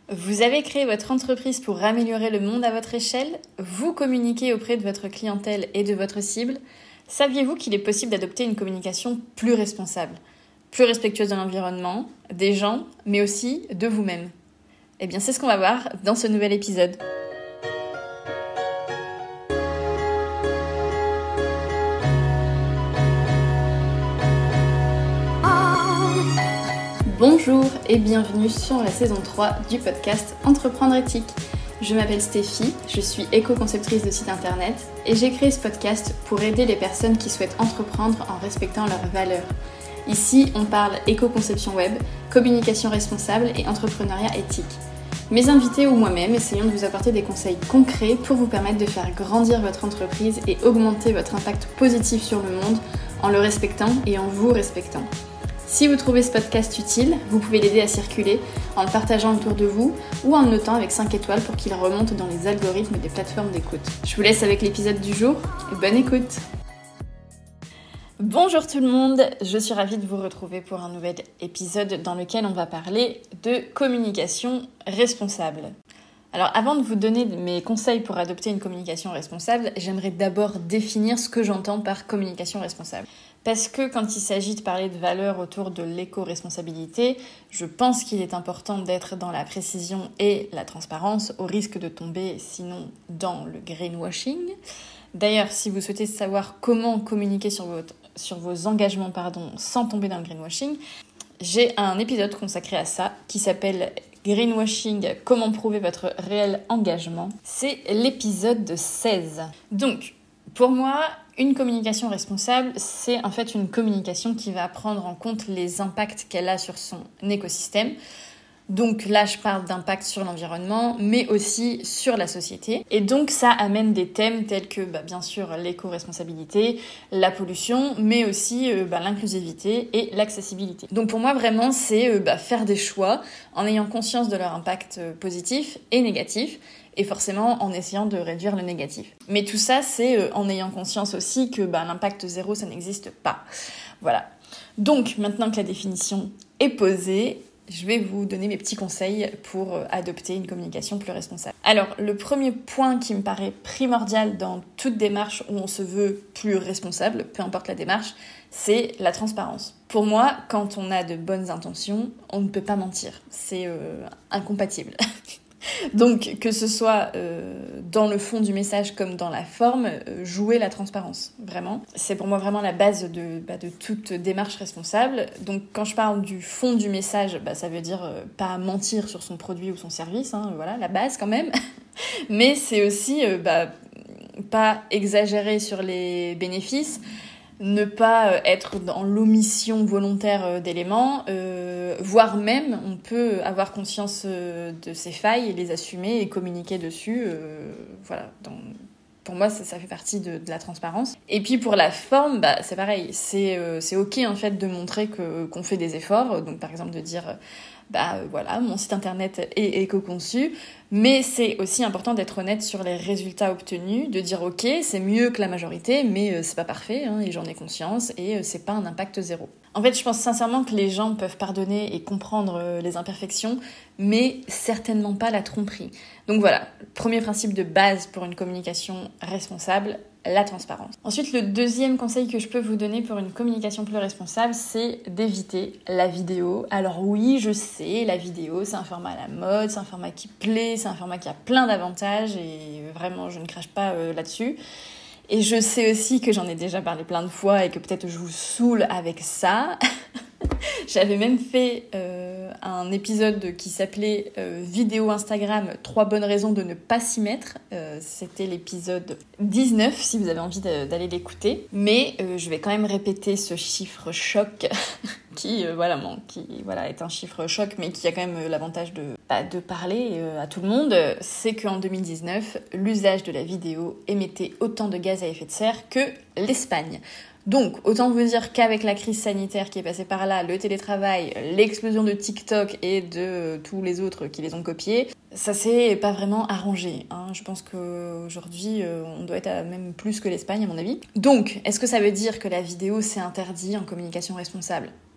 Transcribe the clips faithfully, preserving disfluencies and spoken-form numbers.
Vous avez créé votre entreprise pour améliorer le monde à votre échelle? Vous communiquez auprès de votre clientèle et de votre cible? Saviez-vous qu'il est possible d'adopter une communication plus responsable, plus respectueuse de l'environnement, des gens, mais aussi de vous-même? Eh bien, c'est ce qu'on va voir dans ce nouvel épisode. Bonjour et bienvenue sur la saison trois du podcast Entreprendre éthique. Je m'appelle Stéphie, je suis éco-conceptrice de site internet et j'ai créé ce podcast pour aider les personnes qui souhaitent entreprendre en respectant leurs valeurs. Ici, on parle éco-conception web, communication responsable et entrepreneuriat éthique. Mes invités ou moi-même essayons de vous apporter des conseils concrets pour vous permettre de faire grandir votre entreprise et augmenter votre impact positif sur le monde en le respectant et en vous respectant. Si vous trouvez ce podcast utile, vous pouvez l'aider à circuler en le partageant autour de vous ou en le notant avec cinq étoiles pour qu'il remonte dans les algorithmes des plateformes d'écoute. Je vous laisse avec l'épisode du jour et bonne écoute. Bonjour tout le monde, je suis ravie de vous retrouver pour un nouvel épisode dans lequel on va parler de communication responsable. Alors avant de vous donner mes conseils pour adopter une communication responsable, j'aimerais d'abord définir ce que j'entends par communication responsable. Parce que quand il s'agit de parler de valeurs autour de l'éco-responsabilité, je pense qu'il est important d'être dans la précision et la transparence, au risque de tomber sinon dans le greenwashing. D'ailleurs, si vous souhaitez savoir comment communiquer sur, votre, sur vos engagements pardon, sans tomber dans le greenwashing, j'ai un épisode consacré à ça qui s'appelle Greenwashing, comment prouver votre réel engagement. C'est l'épisode seize. Donc, pour moi, une communication responsable, c'est en fait une communication qui va prendre en compte les impacts qu'elle a sur son écosystème. Donc là, je parle d'impact sur l'environnement, mais aussi sur la société. Et donc, ça amène des thèmes tels que, bah, bien sûr, l'éco-responsabilité, la pollution, mais aussi euh, bah, l'inclusivité et l'accessibilité. Donc pour moi, vraiment, c'est euh, bah, faire des choix en ayant conscience de leur impact euh, positif et négatif, et forcément en essayant de réduire le négatif. Mais tout ça, c'est euh, en ayant conscience aussi que bah, l'impact zéro, ça n'existe pas. Voilà. Donc, maintenant que la définition est posée, je vais vous donner mes petits conseils pour adopter une communication plus responsable. Alors, le premier point qui me paraît primordial dans toute démarche où on se veut plus responsable, peu importe la démarche, c'est la transparence. Pour moi, quand on a de bonnes intentions, on ne peut pas mentir. C'est euh, incompatible. Donc, que ce soit euh, dans le fond du message comme dans la forme, euh, jouer la transparence, vraiment. C'est pour moi vraiment la base de, bah, de toute démarche responsable. Donc, quand je parle du fond du message, bah, ça veut dire euh, pas mentir sur son produit ou son service, hein, voilà, la base quand même. Mais c'est aussi euh, bah, pas exagérer sur les bénéfices, ne pas être dans l'omission volontaire d'éléments, euh, voire même on peut avoir conscience de ses failles et les assumer et communiquer dessus. Euh, voilà, donc, pour moi ça, ça fait partie de, de la transparence. Et puis pour la forme, bah, c'est pareil, c'est, euh, c'est ok en fait de montrer que, qu'on fait des efforts, donc par exemple de dire bah euh, voilà, mon site internet est éco-conçu, mais c'est aussi important d'être honnête sur les résultats obtenus, de dire ok, c'est mieux que la majorité, mais euh, c'est pas parfait, hein, et j'en ai conscience, et euh, c'est pas un impact zéro. En fait, je pense sincèrement que les gens peuvent pardonner et comprendre euh, les imperfections, mais certainement pas la tromperie. Donc voilà, premier principe de base pour une communication responsable, la transparence. Ensuite, le deuxième conseil que je peux vous donner pour une communication plus responsable, c'est d'éviter la vidéo. Alors oui, je sais, la vidéo, c'est un format à la mode, c'est un format qui plaît, c'est un format qui a plein d'avantages et vraiment, je ne crache pas euh, là-dessus. Et je sais aussi que j'en ai déjà parlé plein de fois et que peut-être je vous saoule avec ça. J'avais même fait euh, un épisode qui s'appelait euh, Vidéo Instagram, trois bonnes raisons de ne pas s'y mettre. Euh, c'était l'épisode dix-neuf, si vous avez envie de, d'aller l'écouter. Mais euh, je vais quand même répéter ce chiffre choc qui, euh, voilà, bon, qui voilà, est un chiffre choc, mais qui a quand même l'avantage de, bah, de parler euh, à tout le monde. C'est qu'en deux mille dix-neuf, l'usage de la vidéo émettait autant de gaz à effet de serre que l'Espagne. Donc, autant vous dire qu'avec la crise sanitaire qui est passée par là, le télétravail, l'explosion de TikTok et de tous les autres qui les ont copiés, ça s'est pas vraiment arrangé, hein. Je pense qu'aujourd'hui, on doit être à même plus que l'Espagne, à mon avis. Donc, est-ce que ça veut dire que la vidéo, c'est interdit en communication responsable ?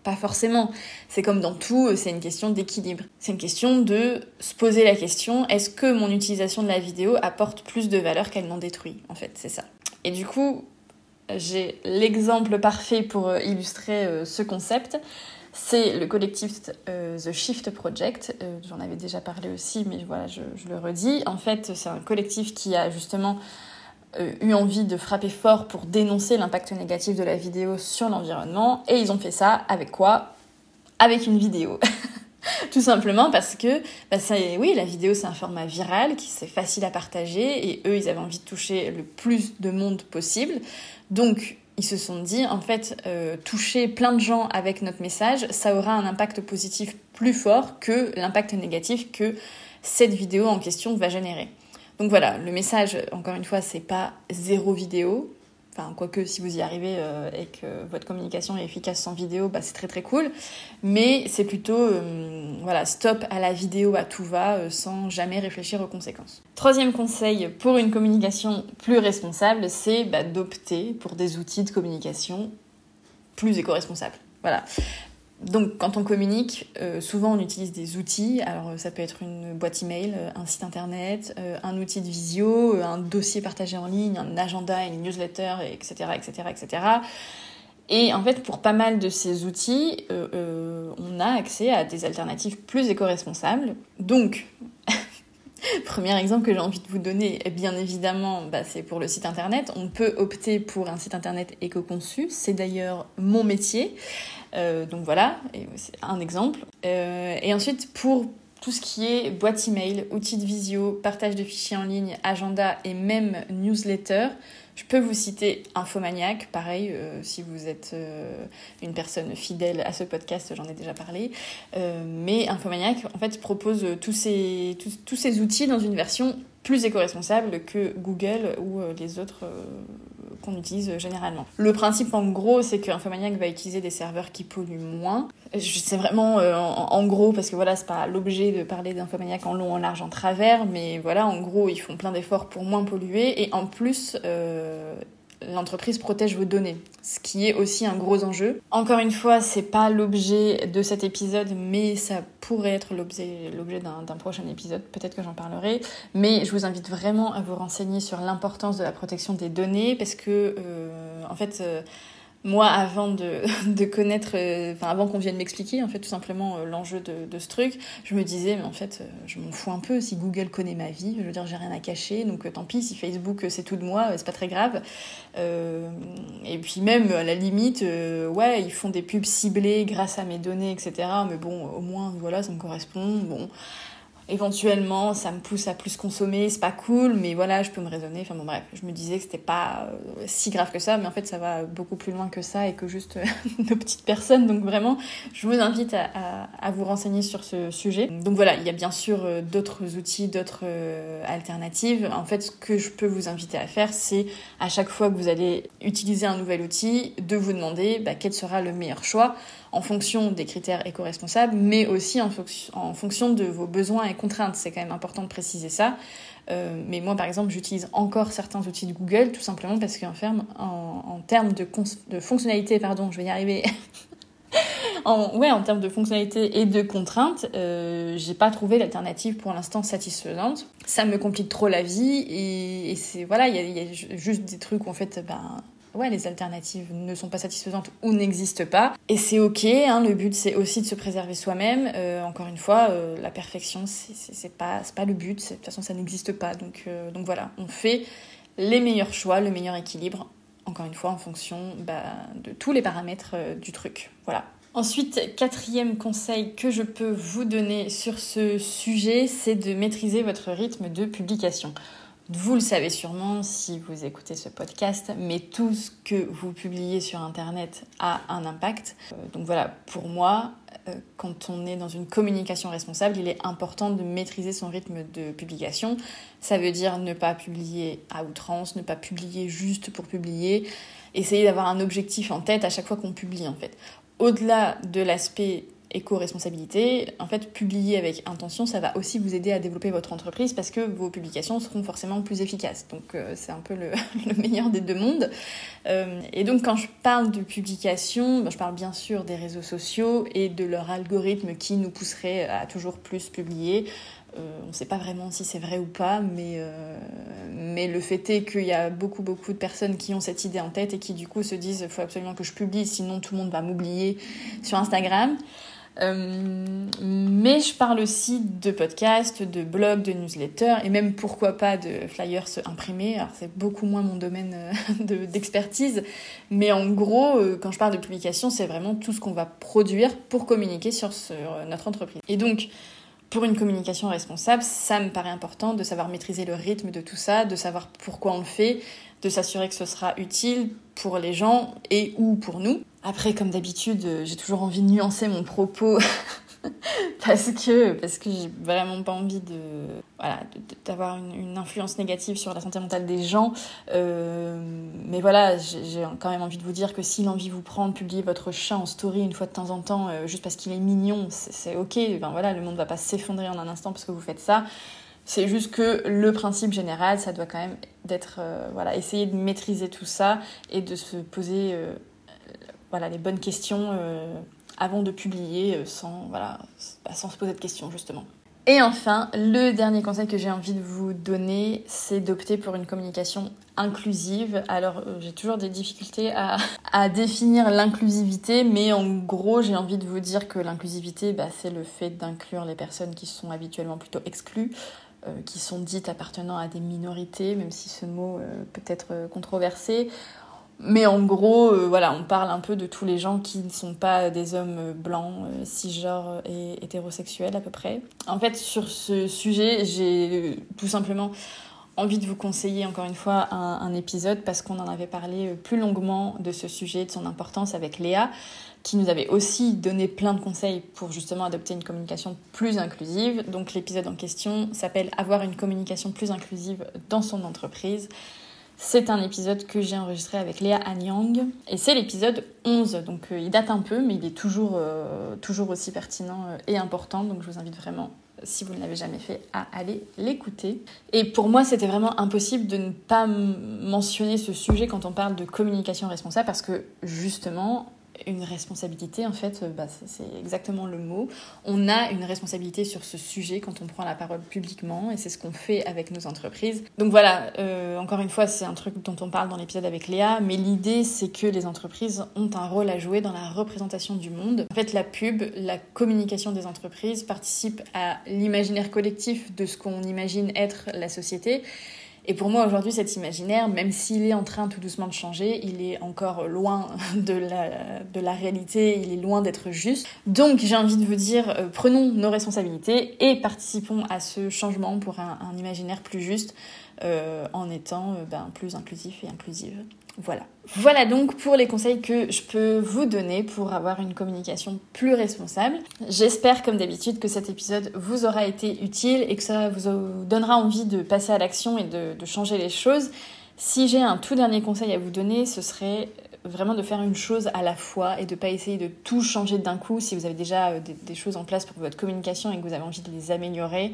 Pas forcément. C'est comme dans tout, c'est une question d'équilibre. C'est une question de se poser la question, est-ce que mon utilisation de la vidéo apporte plus de valeur qu'elle n'en détruit? En fait, c'est ça. Et du coup, j'ai l'exemple parfait pour illustrer ce concept. C'est le collectif euh, The Shift Project. Euh, j'en avais déjà parlé aussi, mais voilà, je, je le redis. En fait, c'est un collectif qui a justement euh, eu envie de frapper fort pour dénoncer l'impact négatif de la vidéo sur l'environnement. Et ils ont fait ça avec quoi? Avec une vidéo. Tout simplement parce que, bah c'est, oui, la vidéo, c'est un format viral, qui c'est facile à partager, et eux, ils avaient envie de toucher le plus de monde possible. Donc, ils se sont dit, en fait, euh, toucher plein de gens avec notre message, ça aura un impact positif plus fort que l'impact négatif que cette vidéo en question va générer. Donc voilà, le message, encore une fois, c'est pas zéro vidéo. Enfin, quoique, si vous y arrivez euh, et que votre communication est efficace sans vidéo, bah, c'est très très cool. Mais c'est plutôt, euh, voilà, stop à la vidéo à tout va, euh, sans jamais réfléchir aux conséquences. Troisième conseil pour une communication plus responsable, c'est bah, d'opter pour des outils de communication plus éco-responsables. Voilà. Donc, quand on communique, euh, souvent on utilise des outils. Alors, ça peut être une boîte email, un site internet, euh, un outil de visio, un dossier partagé en ligne, un agenda, une newsletter, et cetera, et cetera, et cetera. Et en fait, pour pas mal de ces outils, euh, euh, on a accès à des alternatives plus éco-responsables. Donc, premier exemple que j'ai envie de vous donner, bien évidemment, bah, c'est pour le site internet. On peut opter pour un site internet éco-conçu. C'est d'ailleurs mon métier. Euh, donc voilà, c'est un exemple. Euh, et ensuite, pour tout ce qui est boîte email, outils de visio, partage de fichiers en ligne, agenda et même newsletter, je peux vous citer Infomaniac, pareil, euh, si vous êtes euh, une personne fidèle à ce podcast, j'en ai déjà parlé. Euh, mais Infomaniac, en fait, propose tous ces, tous, tous ces outils dans une version plus éco-responsable que Google ou euh, les autres euh, qu'on utilise généralement. Le principe, en gros, c'est que Infomaniac va utiliser des serveurs qui polluent moins. C'est vraiment euh, en, en gros, parce que voilà, c'est pas l'objet de parler d'Infomaniac en long, en large, en travers, mais voilà, en gros, ils font plein d'efforts pour moins polluer, et en plus, euh, l'entreprise protège vos données, ce qui est aussi un gros enjeu. Encore une fois, c'est pas l'objet de cet épisode, mais ça pourrait être l'objet, l'objet d'un, d'un prochain épisode, peut-être que j'en parlerai, mais je vous invite vraiment à vous renseigner sur l'importance de la protection des données, parce que, euh, en fait, euh, moi, avant de, de connaître, euh, enfin, avant qu'on vienne m'expliquer, en fait, tout simplement, euh, l'enjeu de, de ce truc, je me disais, mais en fait, euh, je m'en fous un peu. Si Google connaît ma vie, je veux dire, j'ai rien à cacher, donc euh, tant pis. Si Facebook, euh, c'est tout de moi, euh, c'est pas très grave. Euh, et puis même, à la limite, euh, ouais, ils font des pubs ciblées grâce à mes données, et cetera. Mais bon, au moins, voilà, ça me correspond. Bon. Éventuellement, ça me pousse à plus consommer, c'est pas cool, mais voilà, je peux me raisonner. Enfin bon, bref, je me disais que c'était pas euh, si grave que ça, mais en fait, ça va beaucoup plus loin que ça et que juste euh, nos petites personnes. Donc vraiment, je vous invite à, à, à vous renseigner sur ce sujet. Donc voilà, il y a bien sûr euh, d'autres outils, d'autres euh, alternatives. En fait, ce que je peux vous inviter à faire, c'est à chaque fois que vous allez utiliser un nouvel outil, de vous demander bah, quel sera le meilleur choix en fonction des critères éco-responsables, mais aussi en, fo- en fonction de vos besoins et contraintes. C'est quand même important de préciser ça. Euh, mais moi, par exemple, j'utilise encore certains outils de Google, tout simplement parce qu'en en, en termes de, cons- de fonctionnalité, pardon, je vais y arriver... en, ouais, en termes de fonctionnalité et de contraintes, euh, j'ai pas trouvé l'alternative pour l'instant satisfaisante. Ça me complique trop la vie et, et c'est voilà, il y a, y a juste des trucs où en fait, ben... ouais, les alternatives ne sont pas satisfaisantes ou n'existent pas. Et c'est ok, hein, le but c'est aussi de se préserver soi-même. Euh, encore une fois, euh, la perfection, c'est, c'est, c'est, pas, c'est pas le but, c'est, de toute façon ça n'existe pas. Donc, euh, donc voilà, on fait les meilleurs choix, le meilleur équilibre, encore une fois en fonction bah, de tous les paramètres euh, du truc. Voilà. Ensuite, quatrième conseil que je peux vous donner sur ce sujet, c'est de maîtriser votre rythme de publication. Vous le savez sûrement si vous écoutez ce podcast, mais tout ce que vous publiez sur Internet a un impact. Euh, donc voilà, pour moi, euh, quand on est dans une communication responsable, il est important de maîtriser son rythme de publication. Ça veut dire ne pas publier à outrance, ne pas publier juste pour publier, essayer d'avoir un objectif en tête à chaque fois qu'on publie en fait. Au-delà de l'aspect éco-responsabilité, en fait, publier avec intention, ça va aussi vous aider à développer votre entreprise parce que vos publications seront forcément plus efficaces. Donc, euh, c'est un peu le, le meilleur des deux mondes. Euh, et donc, quand je parle de publication, ben, je parle bien sûr des réseaux sociaux et de leur algorithme qui nous pousserait à toujours plus publier. Euh, on ne sait pas vraiment si c'est vrai ou pas, mais, euh, mais le fait est qu'il y a beaucoup, beaucoup de personnes qui ont cette idée en tête et qui, du coup, se disent « il faut absolument que je publie, sinon tout le monde va m'oublier sur Instagram ». Euh, mais je parle aussi de podcasts, de blogs, de newsletters et même pourquoi pas de flyers imprimés. Alors c'est beaucoup moins mon domaine de, d'expertise, mais en gros, quand je parle de publication, c'est vraiment tout ce qu'on va produire pour communiquer sur, sur notre entreprise. Et donc, pour une communication responsable, ça me paraît important de savoir maîtriser le rythme de tout ça, de savoir pourquoi on le fait, de s'assurer que ce sera utile pour les gens et ou pour nous. Après, comme d'habitude, j'ai toujours envie de nuancer mon propos parce que parce que j'ai vraiment pas envie de voilà de, d'avoir une, une influence négative sur la santé mentale des gens. Euh, mais voilà, j'ai, j'ai quand même envie de vous dire que si l'envie vous prend de publier votre chat en story une fois de temps en temps, euh, juste parce qu'il est mignon, c'est, c'est ok. Ben voilà, le monde va pas s'effondrer en un instant parce que vous faites ça. C'est juste que le principe général, ça doit quand même d'être euh, voilà, essayer de maîtriser tout ça et de se poser euh, voilà les bonnes questions. Euh, avant de publier sans, voilà, sans se poser de questions, justement. Et enfin, le dernier conseil que j'ai envie de vous donner, c'est d'opter pour une communication inclusive. Alors, j'ai toujours des difficultés à, à définir l'inclusivité, mais en gros, j'ai envie de vous dire que l'inclusivité, bah, c'est le fait d'inclure les personnes qui sont habituellement plutôt exclues, euh, qui sont dites appartenant à des minorités, même si ce mot euh, peut être controversé. Mais en gros, euh, voilà, on parle un peu de tous les gens qui ne sont pas des hommes blancs, euh, cisgenres et hétérosexuels à peu près. En fait, sur ce sujet, j'ai tout simplement envie de vous conseiller encore une fois un, un épisode parce qu'on en avait parlé plus longuement de ce sujet, de son importance avec Léa, qui nous avait aussi donné plein de conseils pour justement adopter une communication plus inclusive. Donc l'épisode en question s'appelle « Avoir une communication plus inclusive dans son entreprise ». C'est un épisode que j'ai enregistré avec Léa Anyang et c'est l'épisode onze, donc euh, il date un peu mais il est toujours, euh, toujours aussi pertinent euh, et important, donc je vous invite vraiment, si vous ne l'avez jamais fait, à aller l'écouter. Et pour moi, c'était vraiment impossible de ne pas m- mentionner ce sujet quand on parle de communication responsable parce que justement, une responsabilité, en fait, bah, c'est, c'est exactement le mot. On a une responsabilité sur ce sujet quand on prend la parole publiquement et c'est ce qu'on fait avec nos entreprises. Donc voilà, euh, encore une fois, c'est un truc dont on parle dans l'épisode avec Léa, mais l'idée, c'est que les entreprises ont un rôle à jouer dans la représentation du monde. En fait, la pub, la communication des entreprises participe à l'imaginaire collectif de ce qu'on imagine être la société. Et pour moi, aujourd'hui, cet imaginaire, même s'il est en train tout doucement de changer, il est encore loin de la, de la réalité, il est loin d'être juste. Donc, j'ai envie de vous dire, euh, prenons nos responsabilités et participons à ce changement pour un, un imaginaire plus juste euh, en étant euh, ben, plus inclusif et inclusive. Voilà. Voilà donc pour les conseils que je peux vous donner pour avoir une communication plus responsable. J'espère comme d'habitude que cet épisode vous aura été utile et que ça vous donnera envie de passer à l'action et de, de changer les choses. Si j'ai un tout dernier conseil à vous donner, ce serait vraiment de faire une chose à la fois et de ne pas essayer de tout changer d'un coup si vous avez déjà des, des choses en place pour votre communication et que vous avez envie de les améliorer.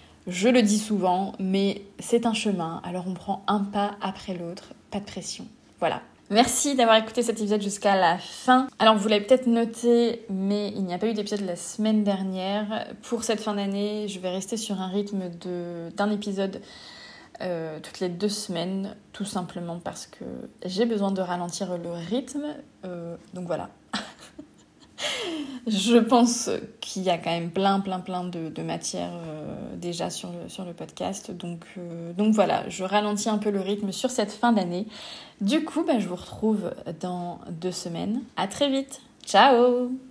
Je le dis souvent, mais c'est un chemin, alors on prend un pas après l'autre, pas de pression. Voilà. Merci d'avoir écouté cet épisode jusqu'à la fin. Alors, vous l'avez peut-être noté, mais il n'y a pas eu d'épisode la semaine dernière. Pour cette fin d'année, je vais rester sur un rythme de, d'un épisode euh, toutes les deux semaines, tout simplement parce que j'ai besoin de ralentir le rythme. Euh, donc voilà. Je pense qu'il y a quand même plein, plein, plein de, de matières euh, déjà sur le, sur le podcast. Donc, euh, donc voilà, je ralentis un peu le rythme sur cette fin d'année. Du coup, bah, je vous retrouve dans deux semaines. À très vite. Ciao!